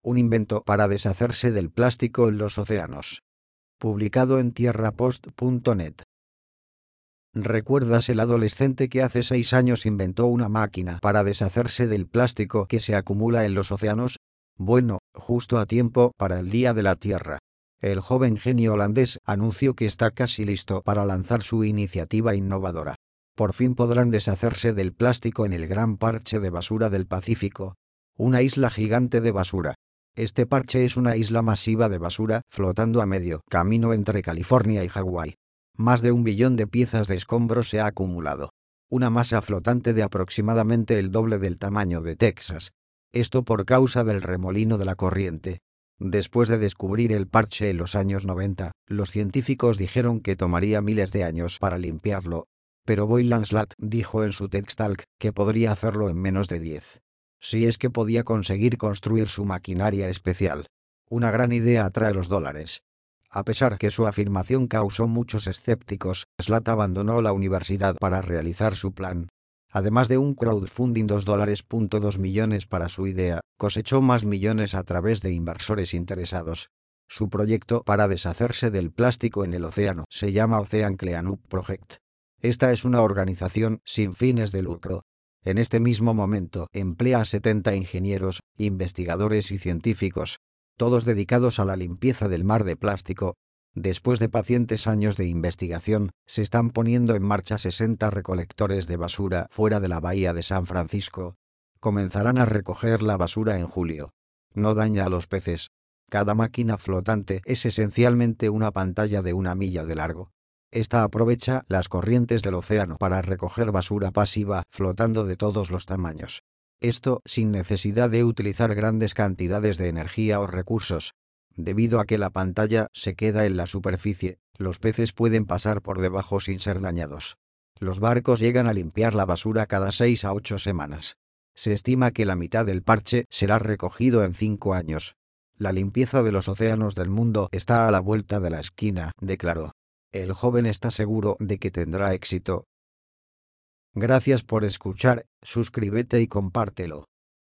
un invento para deshacerse del plástico en los océanos. Publicado en tierrapost.net. ¿Recuerdas el adolescente que hace 6 años inventó una máquina para deshacerse del plástico que se acumula en los océanos? Bueno, justo a tiempo para el Día de la Tierra. El joven genio holandés anunció que está casi listo para lanzar su iniciativa innovadora. Por fin podrán deshacerse del plástico en el Gran Parche de Basura del Pacífico, una isla gigante de basura. Este parche es una isla masiva de basura flotando a medio camino entre California y Hawái. Más de 1 billón de piezas de escombros se ha acumulado. Una masa flotante de aproximadamente el doble del tamaño de Texas. Esto por causa del remolino de la corriente. Después de descubrir el parche en los años 90, los científicos dijeron que tomaría miles de años para limpiarlo. Pero Boylan Slat dijo en su TED Talk que podría hacerlo en menos de 10. Si es que podía conseguir construir su maquinaria especial. Una gran idea atrae los dólares. A pesar que su afirmación causó muchos escépticos, Slat abandonó la universidad para realizar su plan. Además de un crowdfunding $2.2 millones para su idea, cosechó más millones a través de inversores interesados. Su proyecto para deshacerse del plástico en el océano se llama Ocean Cleanup Project. Esta es una organización sin fines de lucro. En este mismo momento emplea a 70 ingenieros, investigadores y científicos, todos dedicados a la limpieza del mar de plástico. Después de pacientes años de investigación, se están poniendo en marcha 60 recolectores de basura fuera de la bahía de San Francisco. Comenzarán a recoger la basura en julio. No daña a los peces. Cada máquina flotante es esencialmente una pantalla de 1 milla de largo. Esta aprovecha las corrientes del océano para recoger basura pasiva flotando de todos los tamaños. Esto sin necesidad de utilizar grandes cantidades de energía o recursos. Debido a que la pantalla se queda en la superficie, los peces pueden pasar por debajo sin ser dañados. Los barcos llegan a limpiar la basura cada 6 a 8 semanas. Se estima que la mitad del parche será recogido en 5 años. La limpieza de los océanos del mundo está a la vuelta de la esquina, declaró. El joven está seguro de que tendrá éxito. Gracias por escuchar, suscríbete y compártelo.